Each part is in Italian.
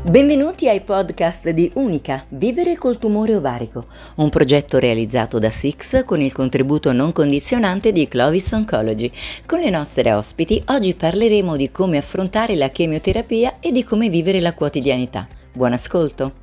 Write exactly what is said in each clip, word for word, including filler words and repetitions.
Benvenuti ai podcast di Unica, Vivere col tumore ovarico, un progetto realizzato da S I X con il contributo non condizionante di Clovis Oncology. Con le nostre ospiti oggi parleremo di come affrontare la chemioterapia e di come vivere la quotidianità. Buon ascolto!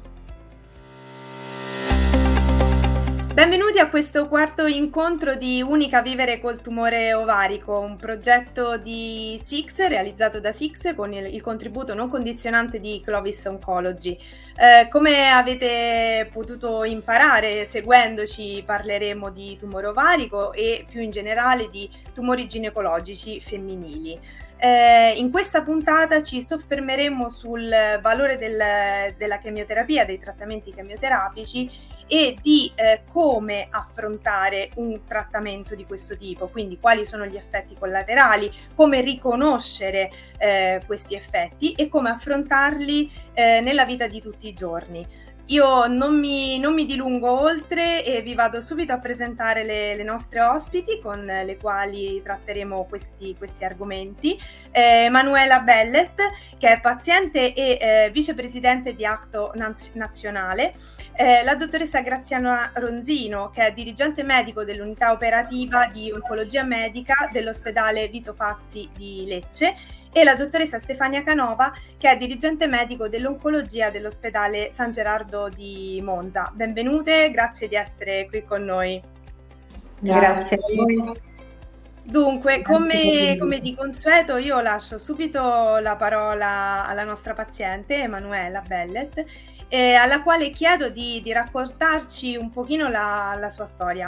Benvenuti a questo quarto incontro di Unica Vivere col tumore ovarico, un progetto di S I X realizzato da S I X con il, il contributo non condizionante di Clovis Oncology. Eh, come avete potuto imparare seguendoci, parleremo di tumore ovarico e più in generale di tumori ginecologici femminili. Eh, in questa puntata ci soffermeremo sul valore del, della chemioterapia, dei trattamenti chemioterapici e di eh, come affrontare un trattamento di questo tipo, quindi quali sono gli effetti collaterali, come riconoscere eh, questi effetti e come affrontarli eh, nella vita di tutti i giorni. Io non mi, non mi dilungo oltre e vi vado subito a presentare le, le nostre ospiti con le quali tratteremo questi, questi argomenti. Eh, Manuela Bellet, che è paziente e eh, vicepresidente di Acto Naz- Nazionale, eh, la dottoressa Graziana Ronzino, che è dirigente medico dell'unità operativa di oncologia medica dell'ospedale Vito Fazzi di Lecce, e la dottoressa Stefania Canova, che è dirigente medico dell'oncologia dell'ospedale San Gerardo di Monza. Benvenute, grazie di essere qui con noi. Grazie a voi. Dunque, come, come di consueto, io lascio subito la parola alla nostra paziente, Emanuela Bellet, eh, alla quale chiedo di, di raccontarci un pochino la, la sua storia.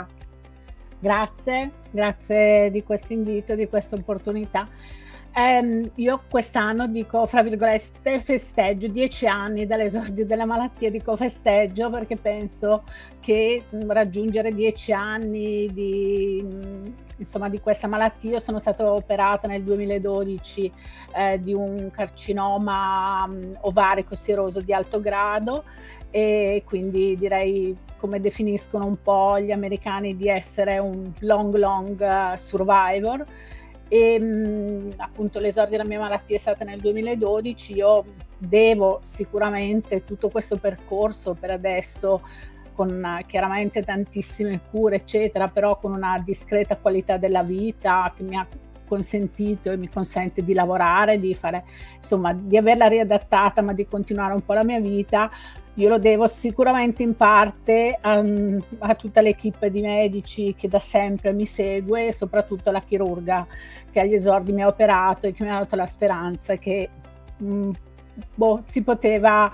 Grazie, grazie di questo invito, di questa opportunità. Eh, io quest'anno dico, fra virgolette, festeggio dieci anni dall'esordio della malattia, dico festeggio perché penso che mh, raggiungere dieci anni di, mh, insomma, di questa malattia. Io sono stata operata nel duemiladodici eh, di un carcinoma mh, ovarico seroso di alto grado e quindi direi, come definiscono un po' gli americani, di essere un long long uh, survivor. E mh, appunto l'esordio della mia malattia è stata nel duemiladodici. Io devo sicuramente tutto questo percorso per adesso, con uh, chiaramente tantissime cure eccetera, però con una discreta qualità della vita che mi ha consentito e mi consente di lavorare, di fare, insomma, di averla riadattata, ma di continuare un po' la mia vita. Io lo devo sicuramente in parte um, a tutta l'equipe di medici che da sempre mi segue e soprattutto alla chirurga che agli esordi mi ha operato e che mi ha dato la speranza che mh, boh, si poteva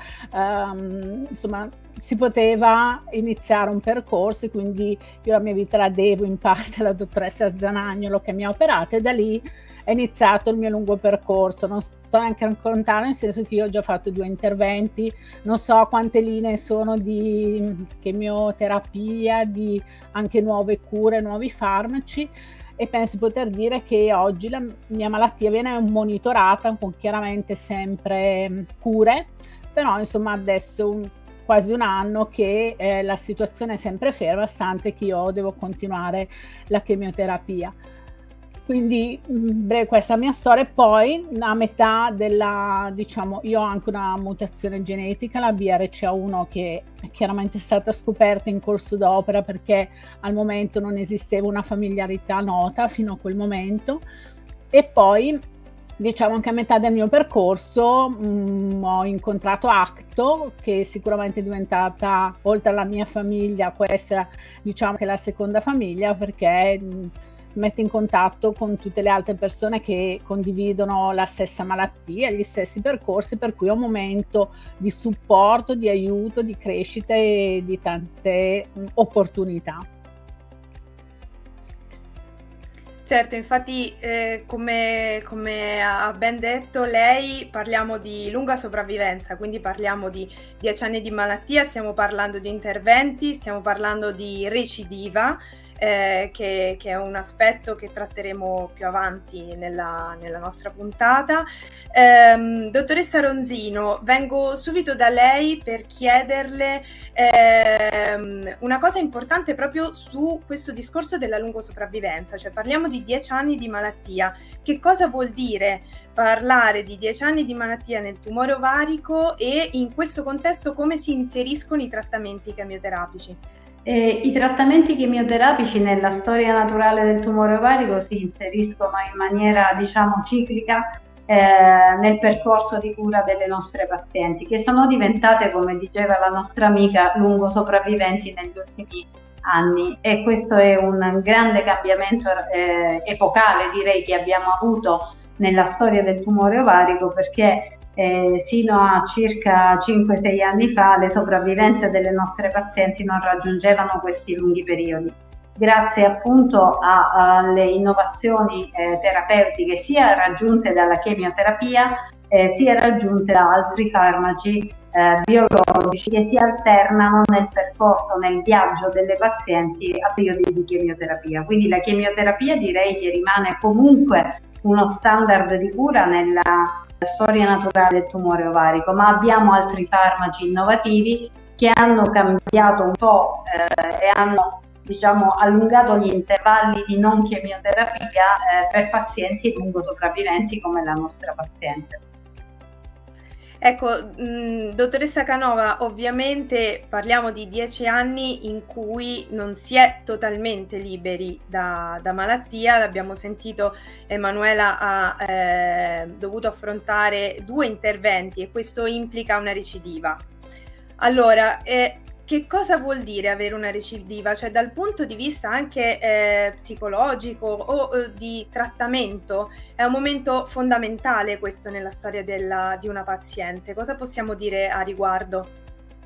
um, insomma si poteva iniziare un percorso, e quindi io la mia vita la devo in parte alla dottoressa Zanagnolo che mi ha operato, e da lì è iniziato il mio lungo percorso. Non sto neanche a raccontare, nel senso che io ho già fatto due interventi, non so quante linee sono di chemioterapia, di anche nuove cure, nuovi farmaci, e penso poter dire che oggi la mia malattia viene monitorata con chiaramente sempre cure, però insomma adesso un, quasi un anno che eh, la situazione è sempre ferma, stante che io devo continuare la chemioterapia. Quindi beh, questa mia storia. E poi a metà della, diciamo, io ho anche una mutazione genetica, la B R C A uno, che è chiaramente stata scoperta in corso d'opera perché al momento non esisteva una familiarità nota fino a quel momento. E poi diciamo anche a metà del mio percorso mh, ho incontrato Acto, che sicuramente è diventata, oltre alla mia famiglia, questa diciamo che è la seconda famiglia, perché mh, mette in contatto con tutte le altre persone che condividono la stessa malattia, gli stessi percorsi, per cui è un momento di supporto, di aiuto, di crescita e di tante mh, opportunità. Certo, infatti eh, come, come ha ben detto lei, parliamo di lunga sopravvivenza, quindi parliamo di dieci anni di malattia, stiamo parlando di interventi, stiamo parlando di recidiva, eh, che, che è un aspetto che tratteremo più avanti nella, nella nostra puntata. Ehm, dottoressa Ronzino, vengo subito da lei per chiederle ehm, una cosa importante proprio su questo discorso della lungosopravvivenza, cioè parliamo di dieci anni di malattia. Che cosa vuol dire parlare di dieci anni di malattia nel tumore ovarico e in questo contesto come si inseriscono i trattamenti chemioterapici? Eh, I trattamenti chemioterapici nella storia naturale del tumore ovarico si inseriscono in maniera, diciamo, ciclica eh, nel percorso di cura delle nostre pazienti, che sono diventate, come diceva la nostra amica, lungo sopravviventi negli ultimi anni, e questo è un grande cambiamento eh, epocale, direi, che abbiamo avuto nella storia del tumore ovarico, perché eh, sino a circa cinque sei anni fa le sopravvivenze delle nostre pazienti non raggiungevano questi lunghi periodi. Grazie appunto alle innovazioni eh, terapeutiche sia raggiunte dalla chemioterapia eh, sia raggiunte da altri farmaci eh, biologici che si alternano nel percorso, nel viaggio delle pazienti a periodi di chemioterapia. Quindi la chemioterapia, direi che rimane comunque uno standard di cura nella storia naturale del tumore ovarico, ma abbiamo altri farmaci innovativi che hanno cambiato un po' eh, e hanno, diciamo, allungato gli intervalli di non chemioterapia eh, per pazienti lungo sopravviventi come la nostra paziente. Ecco, mh, dottoressa Canova, ovviamente parliamo di dieci anni in cui non si è totalmente liberi da, da malattia. L'abbiamo sentito, Emanuela ha eh, dovuto affrontare due interventi e questo implica una recidiva. Allora, eh, che cosa vuol dire avere una recidiva? Cioè dal punto di vista anche eh, psicologico o eh, di trattamento è un momento fondamentale questo nella storia della, di una paziente. Cosa possiamo dire a riguardo?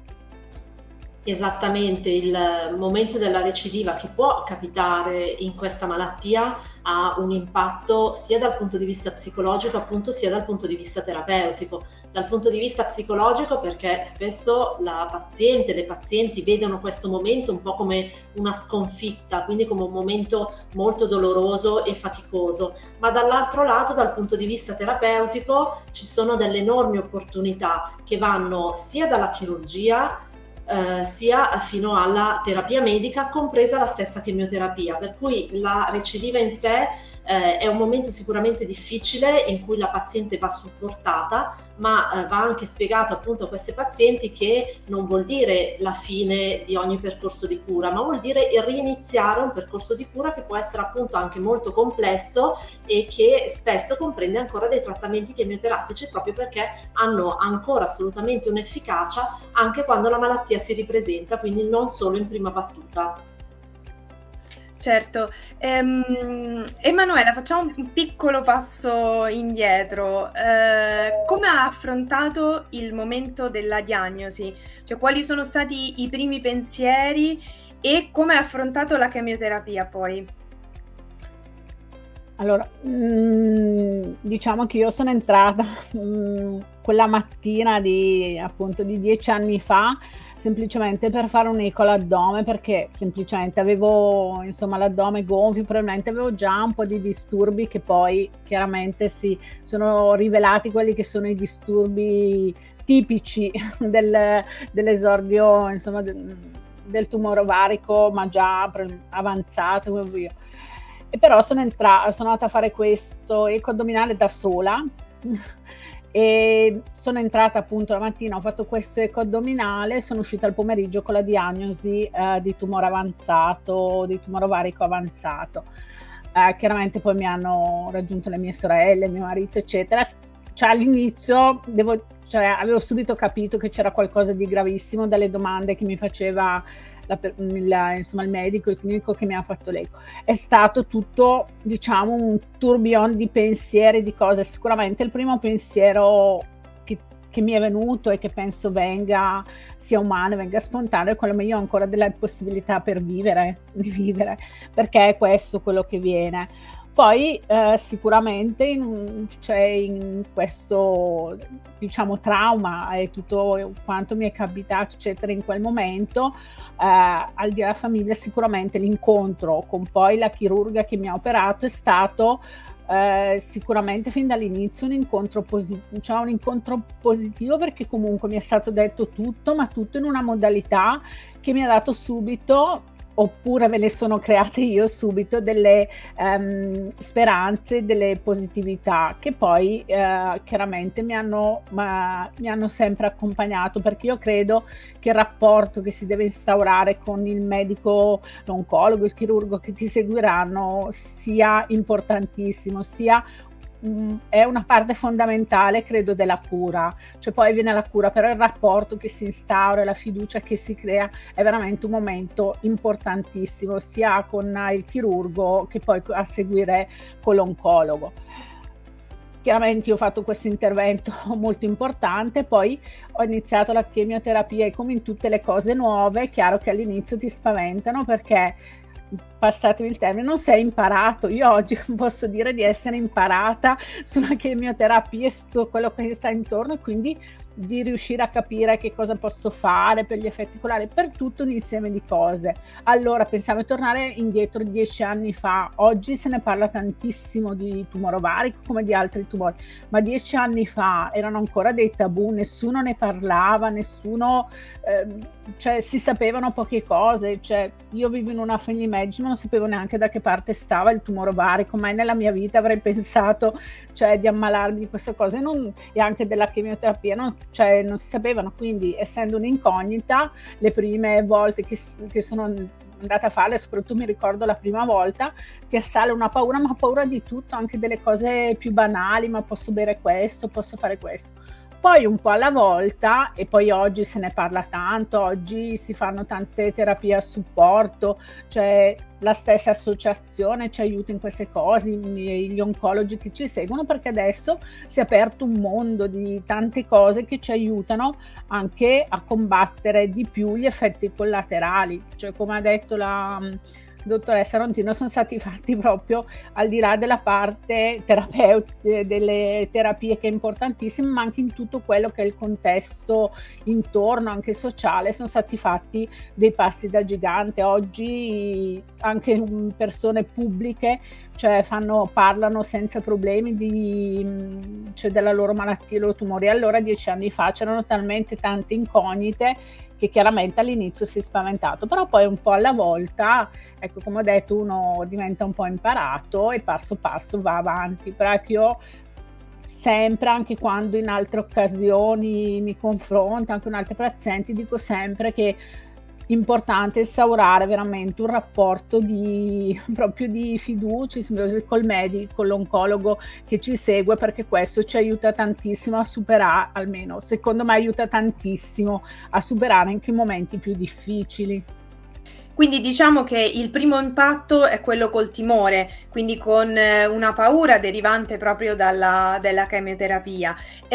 Esattamente, il momento della recidiva che può capitare in questa malattia ha un impatto sia dal punto di vista psicologico appunto sia dal punto di vista terapeutico. Dal punto di vista psicologico perché spesso la paziente, le pazienti vedono questo momento un po' come una sconfitta, quindi come un momento molto doloroso e faticoso, ma dall'altro lato dal punto di vista terapeutico ci sono delle enormi opportunità che vanno sia dalla chirurgia Eh, sia fino alla terapia medica, compresa la stessa chemioterapia, per cui la recidiva in sé eh, è un momento sicuramente difficile in cui la paziente va supportata, ma eh, va anche spiegato appunto a queste pazienti che non vuol dire la fine di ogni percorso di cura, ma vuol dire riniziare un percorso di cura che può essere appunto anche molto complesso e che spesso comprende ancora dei trattamenti chemioterapici proprio perché hanno ancora assolutamente un'efficacia anche quando la malattia si ripresenta, quindi non solo in prima battuta. Certo, ehm, Emanuela, facciamo un piccolo passo indietro. Eh, come ha affrontato il momento della diagnosi? Cioè, quali sono stati i primi pensieri e come ha affrontato la chemioterapia poi? Allora, mh, diciamo che io sono entrata mh, quella mattina di appunto di dieci anni fa semplicemente per fare un eco all'addome, perché semplicemente avevo insomma l'addome gonfio, probabilmente avevo già un po' di disturbi che poi chiaramente si sono rivelati quelli che sono i disturbi tipici del, dell'esordio insomma del, del tumore ovarico, ma già avanzato come io. E però sono entrata, sono andata a fare questo eco addominale da sola e sono entrata appunto la mattina, ho fatto questo eco addominale, sono uscita al pomeriggio con la diagnosi eh, di tumore avanzato, di tumore ovarico avanzato. Eh, chiaramente poi mi hanno raggiunto le mie sorelle, mio marito, eccetera. Cioè all'inizio devo, cioè, avevo subito capito che c'era qualcosa di gravissimo dalle domande che mi faceva La, il, insomma il medico, il clinico che mi ha fatto l'eco. È stato tutto, diciamo, un tourbillon di pensieri, di cose. Sicuramente il primo pensiero che, che mi è venuto e che penso venga, sia umano, venga spontaneo, è quello che io ho ancora delle possibilità per vivere, di vivere, perché è questo quello che viene. Poi eh, sicuramente in, c'è in questo, diciamo, trauma e tutto quanto mi è capitato, eccetera, in quel momento, eh, al di là della famiglia, sicuramente l'incontro con poi la chirurga che mi ha operato è stato eh, sicuramente fin dall'inizio un incontro, posi- cioè un incontro positivo, perché comunque mi è stato detto tutto, ma tutto in una modalità che mi ha dato subito, oppure me le sono create io subito, delle um, speranze, delle positività che poi uh, chiaramente mi hanno, ma, mi hanno sempre accompagnato, perché io credo che il rapporto che si deve instaurare con il medico, l'oncologo, il chirurgo che ti seguiranno sia importantissimo, sia è una parte fondamentale, credo, della cura. Cioè poi viene la cura, però il rapporto che si instaura, la fiducia che si crea è veramente un momento importantissimo, sia con il chirurgo che poi a seguire con l'oncologo. Chiaramente io ho fatto questo intervento molto importante, poi ho iniziato la chemioterapia e come in tutte le cose nuove è chiaro che all'inizio ti spaventano, perché, passatemi il termine, non sei imparato. Io oggi posso dire di essere imparata sulla chemioterapia e su tutto quello che sta intorno, e quindi di riuscire a capire che cosa posso fare per gli effetti collaterali, per tutto un insieme di cose. Allora pensiamo di tornare indietro dieci anni fa. Oggi se ne parla tantissimo di tumore ovarico come di altri tumori, ma dieci anni fa erano ancora dei tabù, nessuno ne parlava, nessuno ehm, cioè si sapevano poche cose. Cioè io vivo in una family medicine, non sapevo neanche da che parte stava il tumore ovarico, mai nella mia vita avrei pensato, cioè, di ammalarmi di queste cose, non, e anche della chemioterapia, non, cioè, non si sapevano. Quindi, essendo un'incognita, le prime volte che, che sono andata a farle, soprattutto mi ricordo la prima volta, ti assale una paura, ma paura di tutto, anche delle cose più banali: ma posso bere questo, posso fare questo. Poi un po' alla volta, e poi oggi se ne parla tanto, oggi si fanno tante terapie a supporto, cioè la stessa associazione ci aiuta in queste cose, gli oncologi che ci seguono, perché adesso si è aperto un mondo di tante cose che ci aiutano anche a combattere di più gli effetti collaterali. Cioè, come ha detto la dottoressa Ronzino, sono stati fatti proprio, al di là della parte terapeutica, delle terapie, che è importantissima, ma anche in tutto quello che è il contesto intorno, anche sociale, sono stati fatti dei passi da gigante. Oggi anche persone pubbliche, cioè fanno, parlano senza problemi di, cioè, della loro malattia, dei loro tumori. Allora dieci anni fa c'erano talmente tante incognite che chiaramente all'inizio si è spaventato, però poi un po' alla volta, ecco, come ho detto, uno diventa un po' imparato e passo passo va avanti. Però ecco, io sempre, anche quando in altre occasioni mi confronto, anche con altri pazienti, dico sempre che è importante instaurare veramente un rapporto di proprio di fiducia, col medico, con l'oncologo che ci segue, perché questo ci aiuta tantissimo a superare, almeno secondo me aiuta tantissimo a superare anche i momenti più difficili. Quindi diciamo che il primo impatto è quello col timore, quindi con una paura derivante proprio dalla, dalla chemioterapia.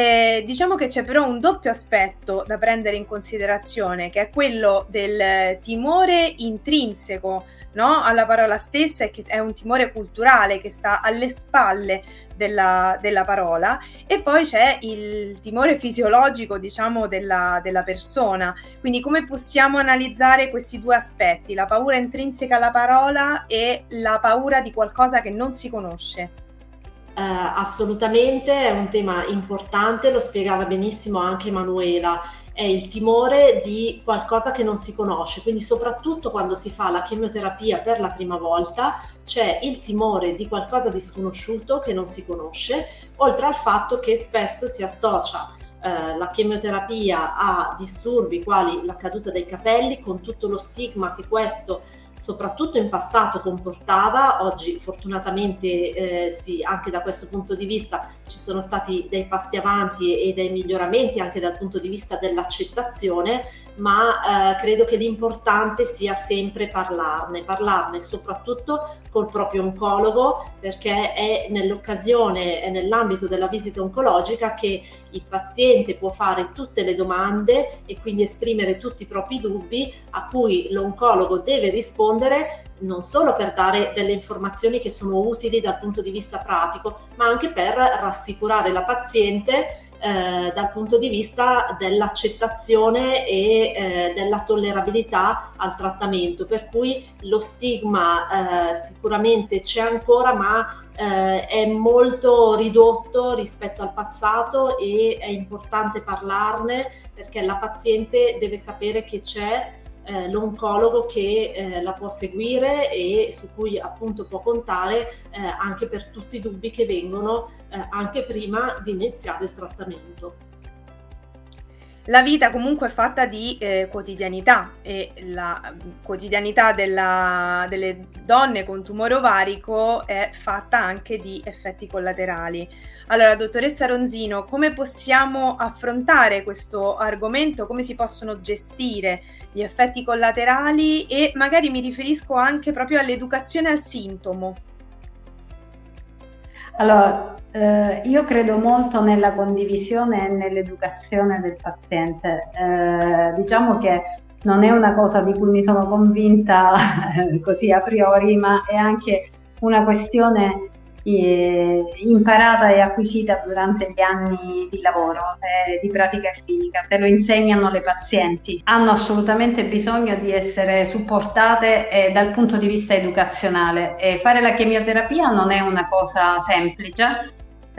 E diciamo che c'è però un doppio aspetto da prendere in considerazione, che è quello del timore intrinseco, no? Alla parola stessa, e che è un timore culturale che sta alle spalle della, della parola, e poi c'è il timore fisiologico, diciamo, della, della persona. Quindi come possiamo analizzare questi due aspetti, la paura intrinseca alla parola e la paura di qualcosa che non si conosce? Eh, assolutamente, è un tema importante, lo spiegava benissimo anche Emanuela. È il timore di qualcosa che non si conosce, quindi soprattutto quando si fa la chemioterapia per la prima volta c'è il timore di qualcosa di sconosciuto che non si conosce, oltre al fatto che spesso si associa eh, la chemioterapia a disturbi quali la caduta dei capelli, con tutto lo stigma che questo soprattutto in passato comportava. Oggi fortunatamente eh, sì, anche da questo punto di vista ci sono stati dei passi avanti e dei miglioramenti anche dal punto di vista dell'accettazione, ma eh, credo che l'importante sia sempre parlarne, parlarne soprattutto col proprio oncologo, perché è nell'occasione, è nell'ambito della visita oncologica che il paziente può fare tutte le domande e quindi esprimere tutti i propri dubbi, a cui l'oncologo deve rispondere rispondere non solo per dare delle informazioni che sono utili dal punto di vista pratico, ma anche per rassicurare la paziente eh, dal punto di vista dell'accettazione e eh, della tollerabilità al trattamento, per cui lo stigma eh, sicuramente c'è ancora, ma eh, è molto ridotto rispetto al passato, e è importante parlarne perché la paziente deve sapere che c'è Eh, l'oncologo che eh, la può seguire e su cui appunto può contare eh, anche per tutti i dubbi che vengono eh, anche prima di iniziare il trattamento. La vita comunque è fatta di eh, quotidianità, e la quotidianità della, delle donne con tumore ovarico è fatta anche di effetti collaterali. Allora, dottoressa Ronzino, come possiamo affrontare questo argomento? Come si possono gestire gli effetti collaterali? E magari mi riferisco anche proprio all'educazione al sintomo. Allora, eh, io credo molto nella condivisione e nell'educazione del paziente. Eh, diciamo che non è una cosa di cui mi sono convinta così a priori, ma è anche una questione eh, imparata e acquisita durante gli anni di lavoro, eh, di pratica clinica. Te lo insegnano le pazienti. Hanno assolutamente bisogno di essere supportate eh, dal punto di vista educazionale. E fare la chemioterapia non è una cosa semplice.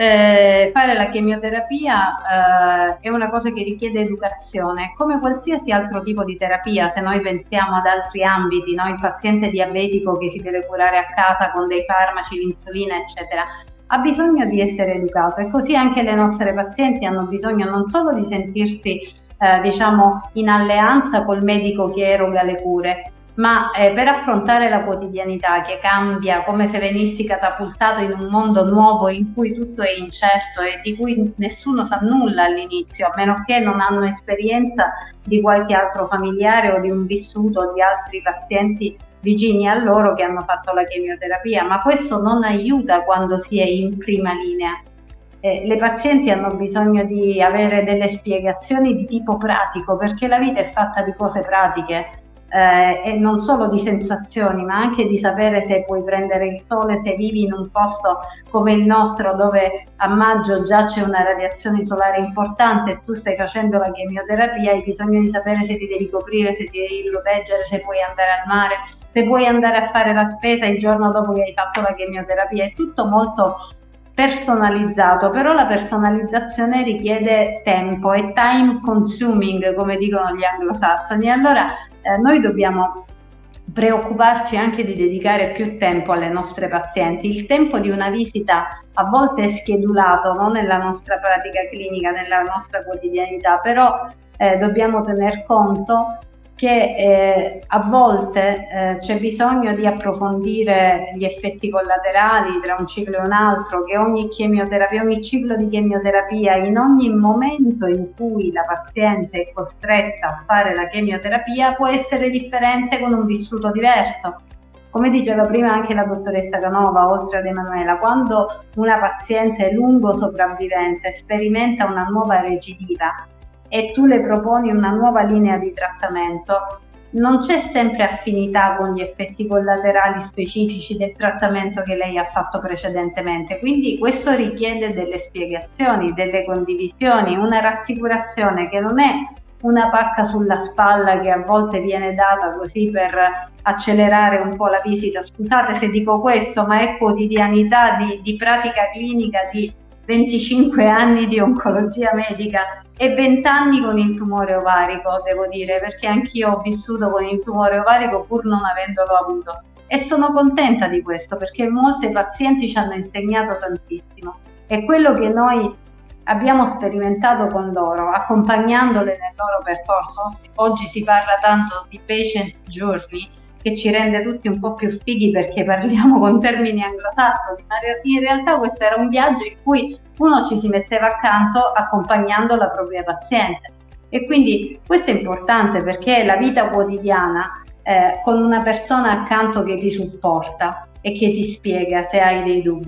Eh, fare la chemioterapia eh, è una cosa che richiede educazione, come qualsiasi altro tipo di terapia. Se noi pensiamo ad altri ambiti, no? Il paziente diabetico che si deve curare a casa con dei farmaci, l'insulina, eccetera, ha bisogno di essere educato, e così anche le nostre pazienti hanno bisogno non solo di sentirsi eh, diciamo in alleanza col medico che eroga le cure, ma eh, per affrontare la quotidianità che cambia come se venissi catapultato in un mondo nuovo in cui tutto è incerto e di cui nessuno sa nulla all'inizio, a meno che non hanno esperienza di qualche altro familiare o di un vissuto o di altri pazienti vicini a loro che hanno fatto la chemioterapia, ma questo non aiuta quando si è in prima linea. Eh, le pazienti hanno bisogno di avere delle spiegazioni di tipo pratico, perché la vita è fatta di cose pratiche. Eh, e non solo di sensazioni, ma anche di sapere se puoi prendere il sole, se vivi in un posto come il nostro dove a maggio già c'è una radiazione solare importante e tu stai facendo la chemioterapia, hai bisogno di sapere se ti devi coprire, se ti devi proteggere, se puoi andare al mare, se puoi andare a fare la spesa il giorno dopo che hai fatto la chemioterapia. È tutto molto personalizzato, però la personalizzazione richiede tempo, è time consuming, come dicono gli anglosassoni. Allora eh, noi dobbiamo preoccuparci anche di dedicare più tempo alle nostre pazienti. Il tempo di una visita a volte è schedulato, no? Nella nostra pratica clinica, nella nostra quotidianità, però eh, dobbiamo tener conto che eh, a volte eh, c'è bisogno di approfondire gli effetti collaterali tra un ciclo e un altro, che ogni chemioterapia, ogni ciclo di chemioterapia, in ogni momento in cui la paziente è costretta a fare la chemioterapia, può essere differente, con un vissuto diverso. Come diceva prima anche la dottoressa Canova, oltre ad Emanuela, quando una paziente lungo sopravvivente sperimenta una nuova recidiva e tu le proponi una nuova linea di trattamento, non c'è sempre affinità con gli effetti collaterali specifici del trattamento che lei ha fatto precedentemente. Quindi questo richiede delle spiegazioni, delle condivisioni, una rassicurazione che non è una pacca sulla spalla che a volte viene data così per accelerare un po' la visita. Scusate se dico questo, ma è quotidianità di, di pratica clinica di venticinque anni di oncologia medica e venti anni con il tumore ovarico, devo dire, perché anch'io ho vissuto con il tumore ovarico pur non avendolo avuto, e sono contenta di questo perché molte pazienti ci hanno insegnato tantissimo, e quello che noi abbiamo sperimentato con loro, accompagnandole nel loro percorso. Oggi si parla tanto di patient journey, che ci rende tutti un po' più fighi perché parliamo con termini anglosassoni, ma in realtà questo era un viaggio in cui uno ci si metteva accanto accompagnando la propria paziente, e quindi questo è importante perché la vita quotidiana eh, con una persona accanto che ti supporta e che ti spiega se hai dei dubbi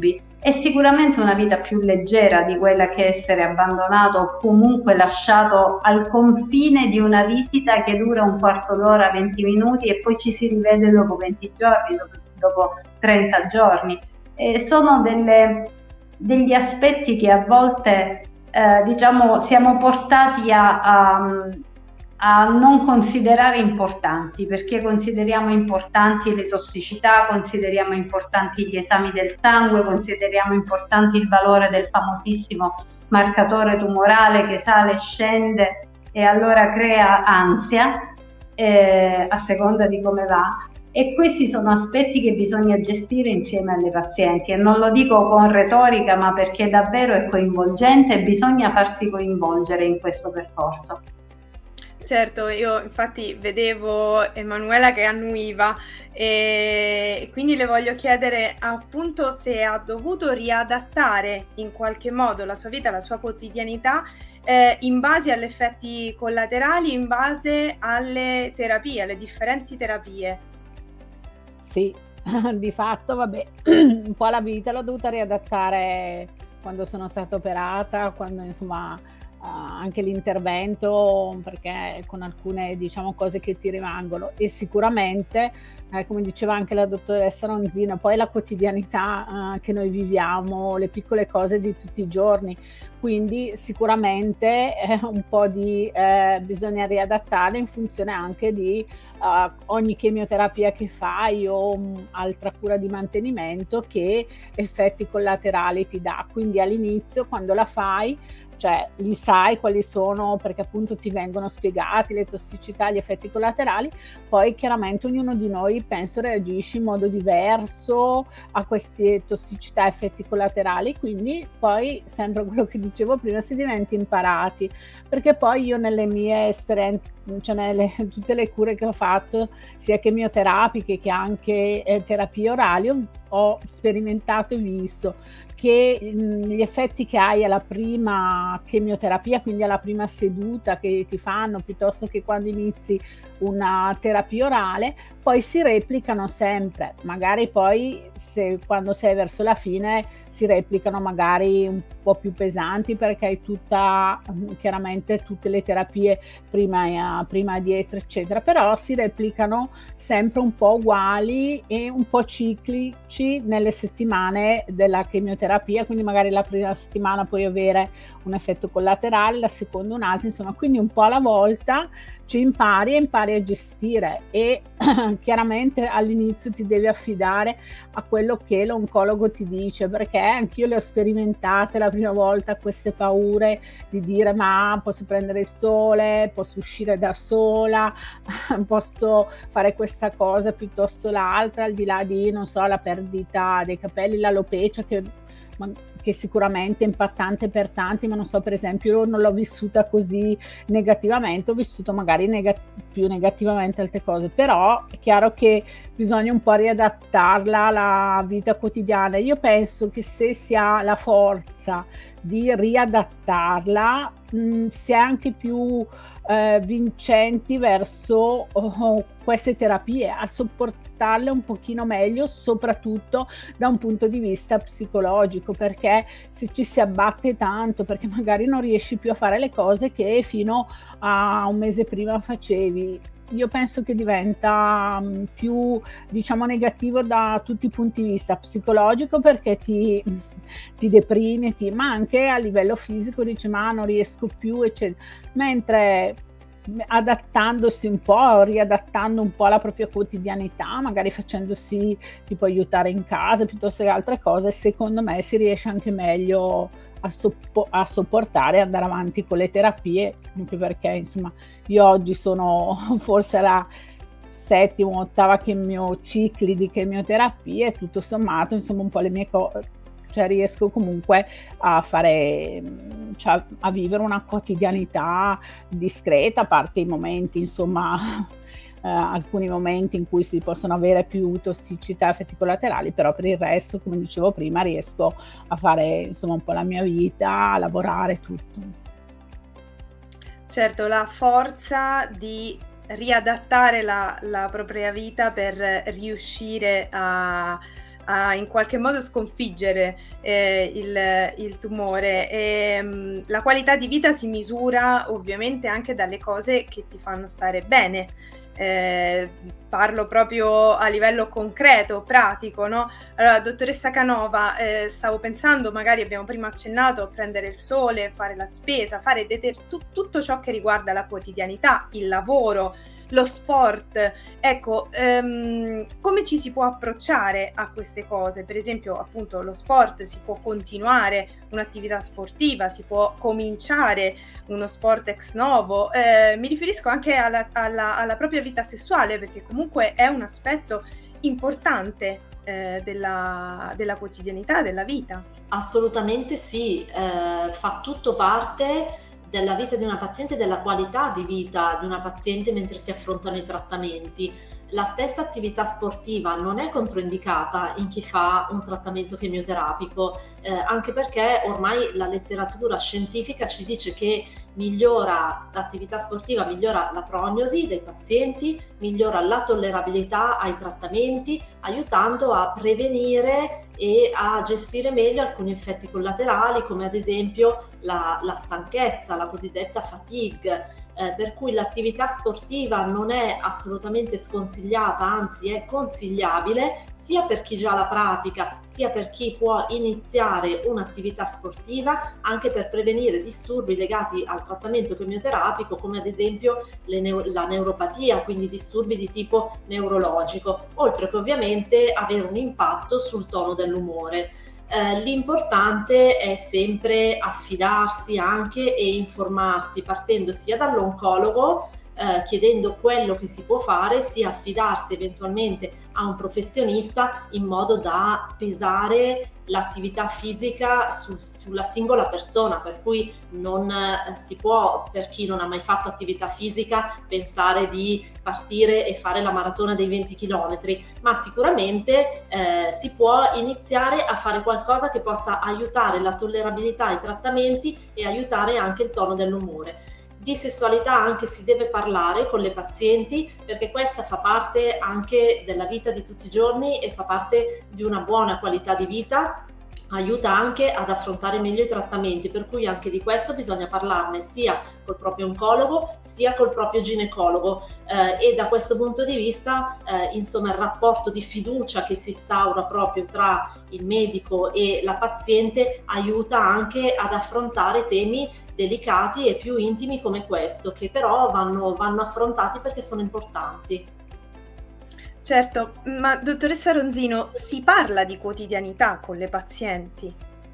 è sicuramente una vita più leggera di quella che essere abbandonato o comunque lasciato al confine di una visita che dura un quarto d'ora, venti minuti e poi ci si rivede dopo venti giorni, dopo, dopo trenta giorni. E sono delle, degli aspetti che a volte eh, diciamo siamo portati a, a a non considerare importanti, perché consideriamo importanti le tossicità, consideriamo importanti gli esami del sangue, consideriamo importanti il valore del famosissimo marcatore tumorale che sale e scende e allora crea ansia eh, a seconda di come va. E questi sono aspetti che bisogna gestire insieme alle pazienti, e non lo dico con retorica, ma perché davvero è coinvolgente e bisogna farsi coinvolgere in questo percorso. Certo, io infatti vedevo Emanuela che annuiva e quindi le voglio chiedere appunto se ha dovuto riadattare in qualche modo la sua vita, la sua quotidianità eh, in base agli effetti collaterali, in base alle terapie, alle differenti terapie. Sì, di fatto, vabbè, un po' la vita l'ho dovuta riadattare quando sono stata operata, quando insomma uh, anche l'intervento, perché con alcune diciamo cose che ti rimangono, e sicuramente, eh, come diceva anche la dottoressa Ronzino, poi la quotidianità uh, che noi viviamo, le piccole cose di tutti i giorni, quindi sicuramente eh, un po' di eh, bisogna riadattare in funzione anche di uh, ogni chemioterapia che fai o um, altra cura di mantenimento che effetti collaterali ti dà. Quindi all'inizio quando la fai, cioè li sai quali sono, perché appunto ti vengono spiegati le tossicità, gli effetti collaterali, poi chiaramente ognuno di noi penso reagisce in modo diverso a queste tossicità, effetti collaterali, quindi poi sempre quello che dicevo prima, si diventa imparati, perché poi io nelle mie esperienze, cioè nelle tutte le cure che ho fatto, sia chemioterapiche che anche eh, terapie orali, ho, ho sperimentato e visto che mh, gli effetti che hai alla prima chemioterapia, quindi alla prima seduta che ti fanno, piuttosto che quando inizi una terapia orale, poi si replicano sempre. Magari poi se quando sei verso la fine si replicano magari un po' più pesanti, perché hai tutta chiaramente tutte le terapie prima, prima dietro eccetera, però si replicano sempre un po' uguali e un po' ciclici nelle settimane della chemioterapia, quindi magari la prima settimana puoi avere un effetto collaterale, la seconda un altro, insomma, quindi un po' alla volta ci impari e impari a gestire, e chiaramente all'inizio ti devi affidare a quello che l'oncologo ti dice, perché anch'io le ho sperimentate la prima volta, queste paure di dire ma posso prendere il sole, posso uscire da sola, posso fare questa cosa piuttosto l'altra, al di là di, non so, la perdita dei capelli, l'alopecia, che che sicuramente è impattante per tanti, ma non so, per esempio io non l'ho vissuta così negativamente, ho vissuto magari negat- più negativamente altre cose, però è chiaro che bisogna un po' riadattarla alla vita quotidiana. Io penso che se si ha la forza di riadattarla, mh, si è anche più eh, vincenti verso oh, queste terapie, a sopportarle un pochino meglio, soprattutto da un punto di vista psicologico, perché se ci si abbatte tanto, perché magari non riesci più a fare le cose che fino a un mese prima facevi, io penso che diventa più, diciamo, negativo da tutti i punti di vista, psicologico perché ti, ti deprimi, ti, ma anche a livello fisico dici ma non riesco più, eccetera. Mentre adattandosi un po', riadattando un po' alla propria quotidianità, magari facendosi tipo aiutare in casa piuttosto che altre cose, secondo me si riesce anche meglio a, soppo- a sopportare e andare avanti con le terapie, anche perché insomma io oggi sono forse alla settima o ottava chemio cicli di chemioterapie, tutto sommato insomma un po' le mie cose, cioè riesco comunque a fare, cioè a vivere una quotidianità discreta, a parte i momenti insomma eh, alcuni momenti in cui si possono avere più tossicità, effetti collaterali, però per il resto, come dicevo prima, riesco a fare insomma un po' la mia vita, a lavorare, tutto. Certo, la forza di riadattare la, la propria vita per riuscire a a in qualche modo sconfiggere eh, il, il tumore. E, mh, la qualità di vita si misura ovviamente anche dalle cose che ti fanno stare bene. Eh, parlo proprio a livello concreto, pratico, no? Allora, dottoressa Canova, eh, stavo pensando, magari abbiamo prima accennato a prendere il sole, fare la spesa, fare deter- tu- tutto ciò che riguarda la quotidianità, il lavoro, lo sport. Ecco, ehm, come ci si può approcciare a queste cose? Per esempio, appunto, lo sport, si può continuare un'attività sportiva, si può cominciare uno sport ex novo. Eh, mi riferisco anche alla, alla, alla propria vita sessuale, perché comunque è un aspetto importante eh, della, della quotidianità, della vita. Assolutamente sì, eh, fa tutto parte della vita di una paziente, della qualità di vita di una paziente mentre si affrontano i trattamenti. La stessa attività sportiva non è controindicata in chi fa un trattamento chemioterapico, eh, anche perché ormai la letteratura scientifica ci dice che migliora l'attività sportiva, migliora la prognosi dei pazienti, migliora la tollerabilità ai trattamenti, aiutando a prevenire e a gestire meglio alcuni effetti collaterali, come ad esempio la, la stanchezza, la cosiddetta fatigue. Eh, per cui l'attività sportiva non è assolutamente sconsigliata, anzi è consigliabile sia per chi già la pratica, sia per chi può iniziare un'attività sportiva, anche per prevenire disturbi legati al trattamento chemioterapico, come ad esempio le neo- la neuropatia, quindi disturbi di tipo neurologico, oltre che ovviamente avere un impatto sul tono dell'umore. Eh, l'importante è sempre affidarsi anche e informarsi, partendo sia dall'oncologo, eh, chiedendo quello che si può fare, sia affidarsi eventualmente a un professionista in modo da pesare l'attività fisica su, sulla singola persona, per cui non eh, si può, per chi non ha mai fatto attività fisica, pensare di partire e fare la maratona dei venti chilometri, ma sicuramente eh, si può iniziare a fare qualcosa che possa aiutare la tollerabilità ai trattamenti e aiutare anche il tono dell'umore. Di sessualità anche si deve parlare con le pazienti, perché questa fa parte anche della vita di tutti i giorni e fa parte di una buona qualità di vita, aiuta anche ad affrontare meglio i trattamenti, per cui anche di questo bisogna parlarne sia col proprio oncologo sia col proprio ginecologo, eh, e da questo punto di vista eh, insomma il rapporto di fiducia che si instaura proprio tra il medico e la paziente aiuta anche ad affrontare temi delicati e più intimi come questo, che però vanno, vanno affrontati perché sono importanti. Certo, ma dottoressa Ronzino, si parla di quotidianità con le pazienti?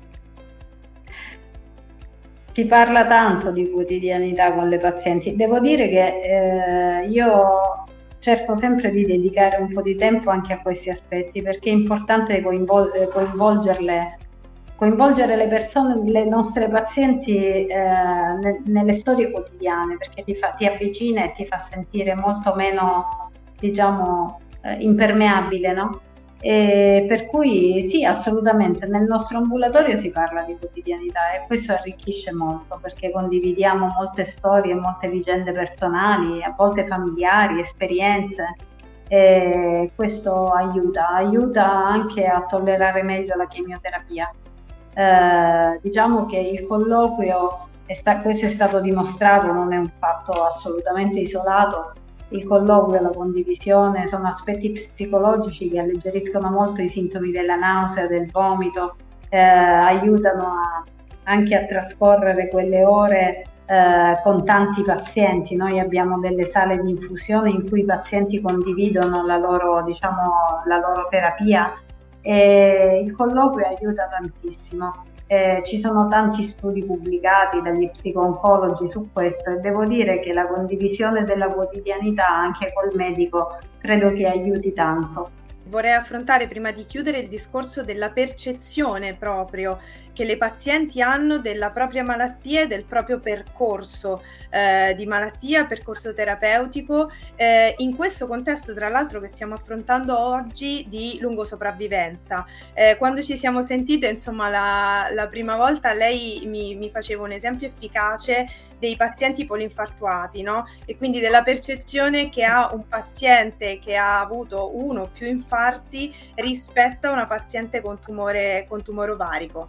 Si parla tanto di quotidianità con le pazienti. Devo dire che eh, io cerco sempre di dedicare un po' di tempo anche a questi aspetti, perché è importante coinvol- coinvolgerle coinvolgere le persone, le nostre pazienti eh, ne, nelle storie quotidiane, perché ti, fa, ti avvicina e ti fa sentire molto meno, diciamo, eh, impermeabile, no? E per cui sì, assolutamente, nel nostro ambulatorio si parla di quotidianità e questo arricchisce molto, perché condividiamo molte storie, molte vicende personali, a volte familiari, esperienze. E questo aiuta, aiuta anche a tollerare meglio la chemioterapia. Eh, diciamo che il colloquio, è sta- questo è stato dimostrato, non è un fatto assolutamente isolato, il colloquio e la condivisione sono aspetti psicologici che alleggeriscono molto i sintomi della nausea, del vomito, eh, aiutano a, anche a trascorrere quelle ore eh, con tanti pazienti. Noi abbiamo delle sale di infusione in cui i pazienti condividono la loro, diciamo, la loro terapia. E il colloquio aiuta tantissimo, eh, ci sono tanti studi pubblicati dagli psico-oncologi su questo e devo dire che la condivisione della quotidianità anche col medico credo che aiuti tanto. Vorrei affrontare prima di chiudere il discorso della percezione proprio che le pazienti hanno della propria malattia e del proprio percorso eh, di malattia, percorso terapeutico, eh, in questo contesto tra l'altro che stiamo affrontando oggi di lungosopravvivenza. Eh, quando ci siamo sentite, insomma, la, la prima volta lei mi, mi faceva un esempio efficace dei pazienti polinfartuati, no? E quindi della percezione che ha un paziente che ha avuto uno o più infarti rispetto a una paziente con tumore, con tumore ovarico.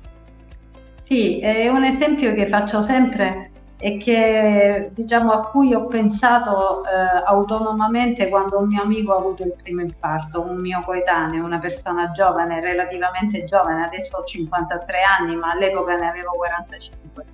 Sì, è un esempio che faccio sempre e che, diciamo, a cui ho pensato eh, autonomamente quando un mio amico ha avuto il primo infarto, un mio coetaneo, una persona giovane, relativamente giovane, adesso ho cinquantatré anni, ma all'epoca ne avevo quarantacinque.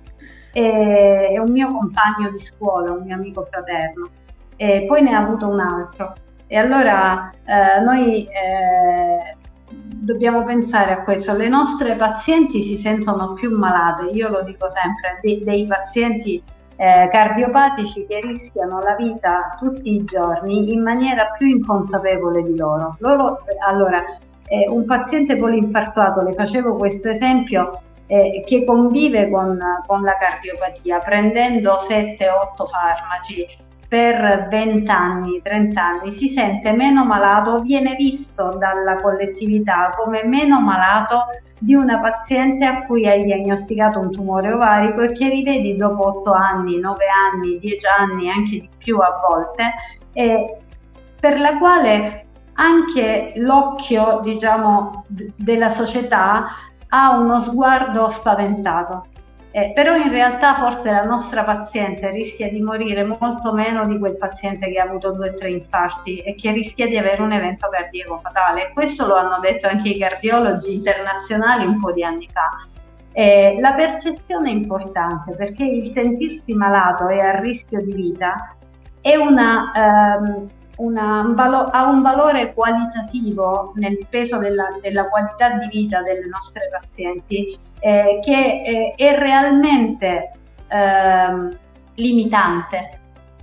E, è un mio compagno di scuola, un mio amico fraterno, e poi ne ha avuto un altro. E allora eh, noi eh, dobbiamo pensare a questo. Le nostre pazienti si sentono più malate, io lo dico sempre, dei, dei pazienti eh, cardiopatici che rischiano la vita tutti i giorni in maniera più inconsapevole di loro. loro allora, eh, un paziente polinfartuato, le facevo questo esempio, eh, che convive con, con la cardiopatia, prendendo sette otto farmaci per venti anni, trenta anni, si sente meno malato, viene visto dalla collettività come meno malato di una paziente a cui hai diagnosticato un tumore ovarico e che rivedi dopo otto anni, nove anni, dieci anni, anche di più a volte, e per la quale anche l'occhio, diciamo, d- della società ha uno sguardo spaventato. Eh, però in realtà forse la nostra paziente rischia di morire molto meno di quel paziente che ha avuto due o tre infarti e che rischia di avere un evento cardiaco fatale. Questo lo hanno detto anche i cardiologi internazionali un po' di anni fa. Eh, la percezione è importante perché il sentirsi malato e a rischio di vita è una, ehm, una, un valo- ha un valore qualitativo nel peso della, della qualità di vita delle nostre pazienti, Eh, che eh, è realmente eh, limitante.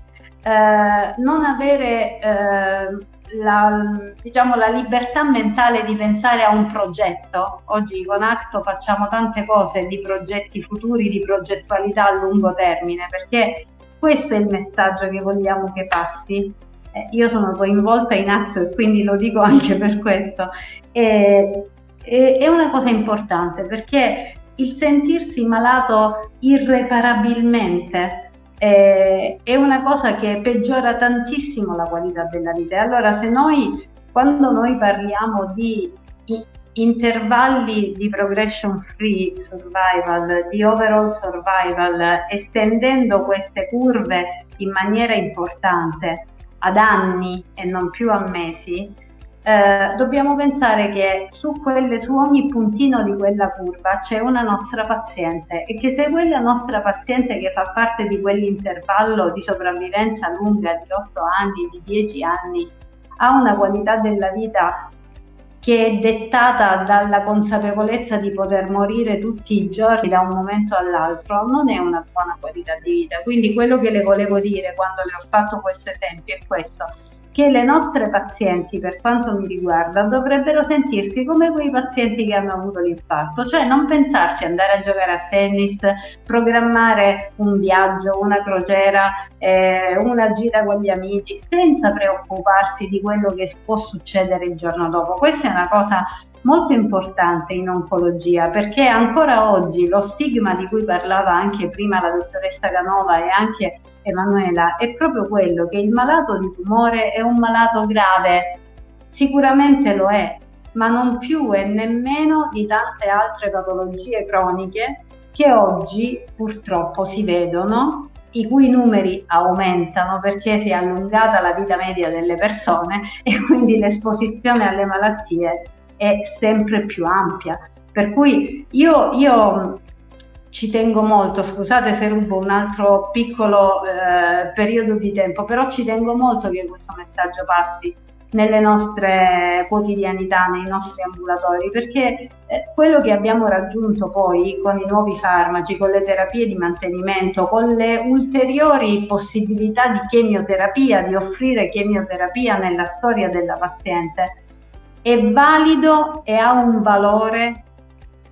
Eh, non avere eh, la, diciamo, la libertà mentale di pensare a un progetto. Oggi con Acto facciamo tante cose di progetti futuri, di progettualità a lungo termine, perché questo è il messaggio che vogliamo che passi. Eh, io sono coinvolta in Acto e quindi lo dico anche per questo. E, è una cosa importante perché il sentirsi malato irreparabilmente eh, è una cosa che peggiora tantissimo la qualità della vita. E allora se noi, quando noi parliamo di intervalli di progression free survival, di overall survival, estendendo queste curve in maniera importante ad anni e non più a mesi, Eh, dobbiamo pensare che su, quelle, su ogni puntino di quella curva c'è una nostra paziente e che se quella nostra paziente che fa parte di quell'intervallo di sopravvivenza lunga di otto anni, di dieci anni, ha una qualità della vita che è dettata dalla consapevolezza di poter morire tutti i giorni da un momento all'altro, non è una buona qualità di vita. Quindi quello che le volevo dire quando le ho fatto questo esempio è questo: che le nostre pazienti, per quanto mi riguarda, dovrebbero sentirsi come quei pazienti che hanno avuto l'infarto, cioè non pensarci andare a giocare a tennis, programmare un viaggio, una crociera, eh, una gita con gli amici, senza preoccuparsi di quello che può succedere il giorno dopo. Questa è una cosa molto importante in oncologia, perché ancora oggi lo stigma di cui parlava anche prima la dottoressa Canova e anche Emanuela è proprio quello che il malato di tumore è un malato grave. Sicuramente lo è, ma non più e nemmeno di tante altre patologie croniche che oggi purtroppo si vedono, i cui numeri aumentano perché si è allungata la vita media delle persone e quindi l'esposizione alle malattie è sempre più ampia. Per cui io, io ci tengo molto, scusate se rubo un altro piccolo eh, periodo di tempo, però ci tengo molto che questo messaggio passi nelle nostre quotidianità, nei nostri ambulatori, perché eh, quello che abbiamo raggiunto poi con i nuovi farmaci, con le terapie di mantenimento, con le ulteriori possibilità di chemioterapia, di offrire chemioterapia nella storia della paziente, è valido e ha un valore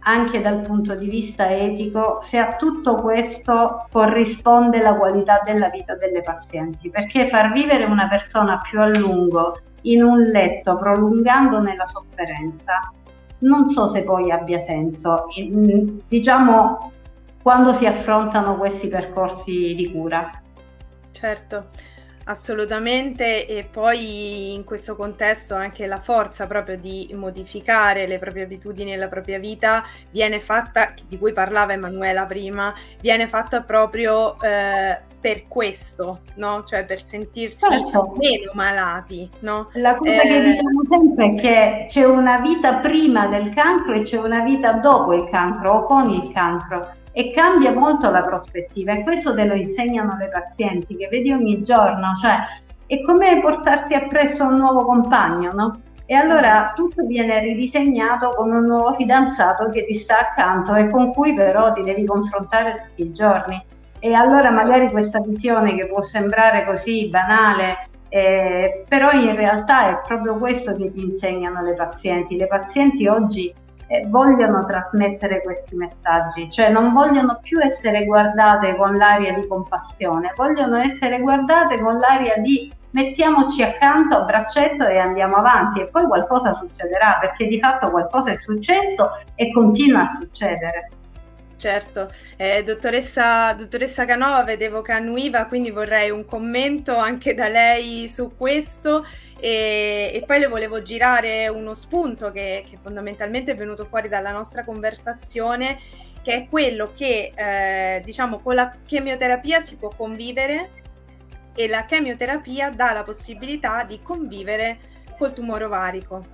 anche dal punto di vista etico, se a tutto questo corrisponde la qualità della vita delle pazienti, perché far vivere una persona più a lungo in un letto, prolungandone la sofferenza, non so se poi abbia senso, diciamo, quando si affrontano questi percorsi di cura. Certo, assolutamente, e poi in questo contesto anche la forza proprio di modificare le proprie abitudini e la propria vita viene fatta, di cui parlava Emanuela prima, viene fatta proprio eh, per questo, no? Cioè per sentirsi Certo. meno malati, no? La cosa Eh, che diciamo sempre è che c'è una vita prima del cancro e c'è una vita dopo il cancro o con il cancro, e cambia molto la prospettiva, e questo te lo insegnano le pazienti che vedi ogni giorno, cioè è come portarti appresso un nuovo compagno, no? E allora tutto viene ridisegnato con un nuovo fidanzato che ti sta accanto e con cui però ti devi confrontare tutti i giorni. E allora magari questa visione, che può sembrare così banale, eh, però in realtà è proprio questo che ti insegnano le pazienti. Le pazienti oggi eh, vogliono trasmettere questi messaggi, cioè non vogliono più essere guardate con l'aria di compassione, vogliono essere guardate con l'aria di mettiamoci accanto a braccetto e andiamo avanti, e poi qualcosa succederà, perché di fatto qualcosa è successo e continua a succedere. Certo, eh, dottoressa, dottoressa Canova, vedevo che annuiva, quindi vorrei un commento anche da lei su questo, e, e poi le volevo girare uno spunto che, che fondamentalmente è venuto fuori dalla nostra conversazione, che è quello che eh, diciamo con la chemioterapia si può convivere, e la chemioterapia dà la possibilità di convivere col tumore ovarico.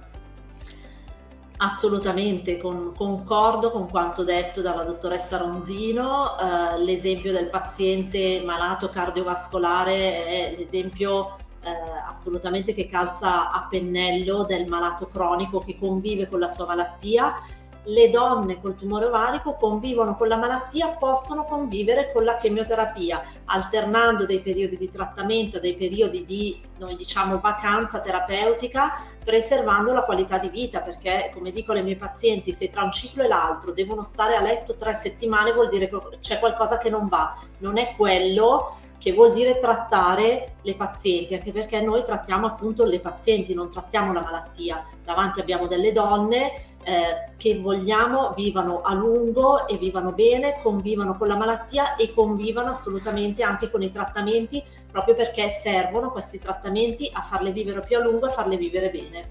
Assolutamente, con, concordo con quanto detto dalla dottoressa Ronzino. Eh, l'esempio del paziente malato cardiovascolare è l'esempio eh, assolutamente che calza a pennello del malato cronico che convive con la sua malattia. Le donne col tumore ovarico convivono con la malattia, possono convivere con la chemioterapia, alternando dei periodi di trattamento, dei periodi di, noi diciamo, vacanza terapeutica, preservando la qualità di vita, perché, come dico alle mie pazienti, se tra un ciclo e l'altro devono stare a letto tre settimane vuol dire che c'è qualcosa che non va, non è quello che vuol dire trattare le pazienti, anche perché noi trattiamo appunto le pazienti, non trattiamo la malattia. Davanti abbiamo delle donne eh, che vogliamo vivano a lungo e vivano bene, convivano con la malattia e convivano assolutamente anche con i trattamenti, proprio perché servono questi trattamenti a farle vivere più a lungo e farle vivere bene.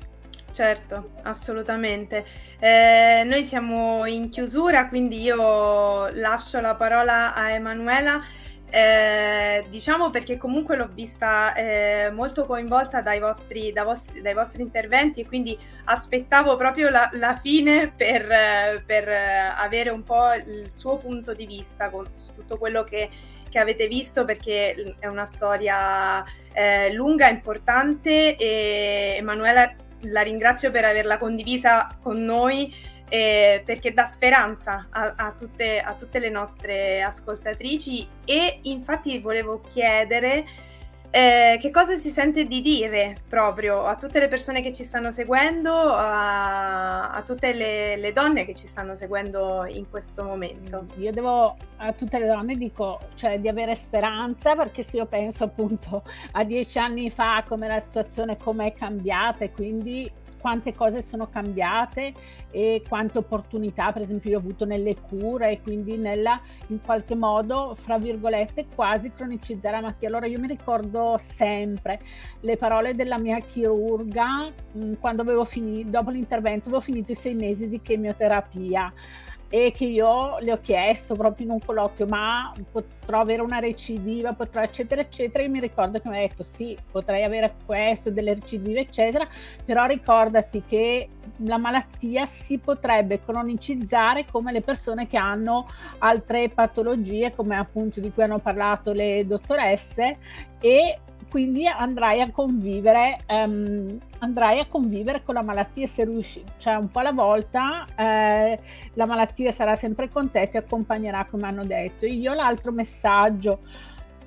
Certo, assolutamente. Eh, noi siamo in chiusura, quindi io lascio la parola a Emanuela. Eh, diciamo perché comunque l'ho vista eh, molto coinvolta dai vostri, da vostri, dai vostri interventi, e quindi aspettavo proprio la, la fine per, per avere un po' il suo punto di vista con, su tutto quello che, che avete visto, perché è una storia eh, lunga, importante, e Emanuela la ringrazio per averla condivisa con noi, Eh, perché dà speranza a, a, tutte, a tutte le nostre ascoltatrici. E infatti volevo chiedere eh, che cosa si sente di dire proprio a tutte le persone che ci stanno seguendo, a, a tutte le, le donne che ci stanno seguendo in questo momento. Io devo, a tutte le donne dico, cioè, di avere speranza, perché se io penso appunto a dieci anni fa come la situazione com'è cambiata, e quindi quante cose sono cambiate e quante opportunità per esempio io ho avuto nelle cure, e quindi nella, in qualche modo, fra virgolette, quasi cronicizzare la malattia. Allora io mi ricordo sempre le parole della mia chirurga mh, quando avevo finito, dopo l'intervento avevo finito i sei mesi di chemioterapia, e che io le ho chiesto proprio in un colloquio: ma potrò avere una recidiva, potrò eccetera eccetera. Io mi ricordo che mi ha detto: sì, potrei avere questo, delle recidive eccetera, però ricordati che la malattia si potrebbe cronicizzare come le persone che hanno altre patologie, come appunto di cui hanno parlato le dottoresse, e quindi andrai a convivere um, andrai a convivere con la malattia, se riusci, cioè un po' alla volta. Eh, la malattia sarà sempre con te, ti accompagnerà, come hanno detto. Io l'altro messaggio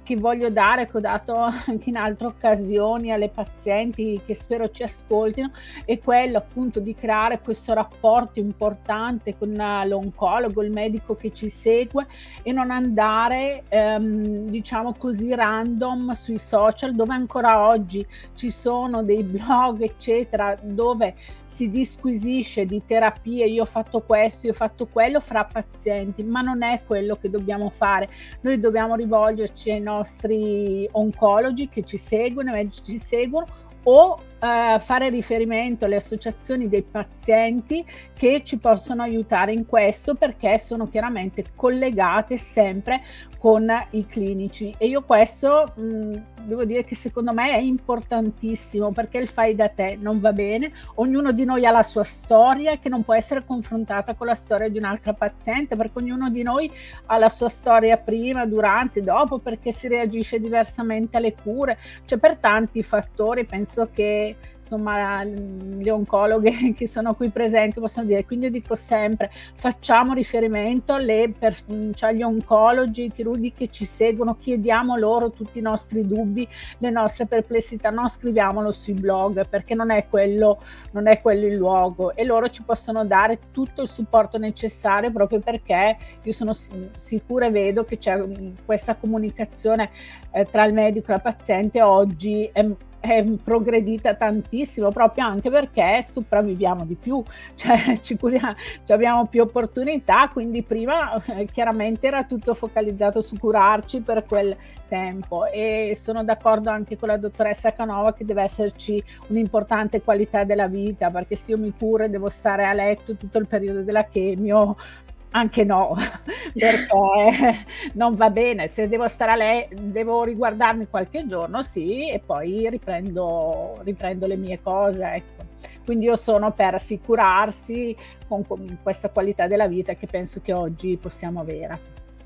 che voglio dare, che ho dato anche in altre occasioni alle pazienti che spero ci ascoltino, è quello appunto di creare questo rapporto importante con l'oncologo, il medico che ci segue, e non andare ehm, diciamo così random sui social, dove ancora oggi ci sono dei blog eccetera dove si disquisisce di terapie, io ho fatto questo, io ho fatto quello fra pazienti, ma non è quello che dobbiamo fare. Noi dobbiamo rivolgerci ai nostri oncologi che ci seguono, i medici ci seguono, o eh, fare riferimento alle associazioni dei pazienti che ci possono aiutare in questo, perché sono chiaramente collegate sempre con i clinici. E io questo mh, devo dire che secondo me è importantissimo, perché il fai da te non va bene, ognuno di noi ha la sua storia che non può essere confrontata con la storia di un'altra paziente, perché ognuno di noi ha la sua storia prima, durante, dopo, perché si reagisce diversamente alle cure, cioè per tanti fattori. Penso che insomma le oncologhe che sono qui presenti possono dire, quindi io dico sempre facciamo riferimento alle pers- cioè agli oncologi, ai chirurghi che ci seguono, chiediamo loro tutti i nostri dubbi, le nostre perplessità, non scriviamolo sui blog, perché non è quello, non è quello il luogo, e loro ci possono dare tutto il supporto necessario, proprio perché io sono sicura e vedo che c'è questa comunicazione eh, tra il medico e la paziente oggi è è progredita tantissimo, proprio anche perché sopravviviamo di più, cioè ci curiamo, cioè abbiamo più opportunità, quindi prima eh, chiaramente era tutto focalizzato su curarci per quel tempo, e sono d'accordo anche con la dottoressa Canova che deve esserci un'importante qualità della vita, perché se io mi curo e devo stare a letto tutto il periodo della chemio, anche no, perché non va bene. Se devo stare a lei, devo riguardarmi qualche giorno, sì, e poi riprendo, riprendo le mie cose, ecco. Quindi io sono per assicurarsi con, con questa qualità della vita che penso che oggi possiamo avere.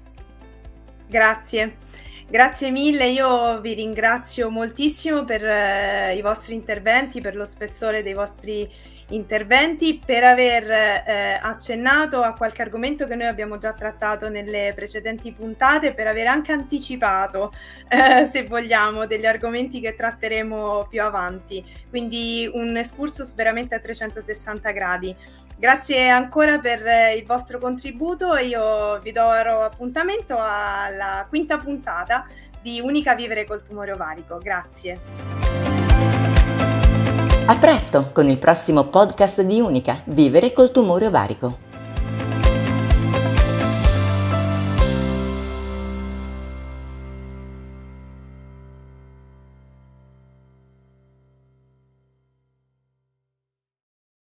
Grazie. Grazie mille, io vi ringrazio moltissimo per eh, i vostri interventi, per lo spessore dei vostri interventi, per aver eh, accennato a qualche argomento che noi abbiamo già trattato nelle precedenti puntate, per aver anche anticipato, eh, se vogliamo, degli argomenti che tratteremo più avanti. Quindi un excursus veramente a trecentosessanta gradi. Grazie ancora per il vostro contributo e io vi darò appuntamento alla quinta puntata di Unica Vivere col tumore ovarico. Grazie. A presto con il prossimo podcast di Unica Vivere col tumore ovarico.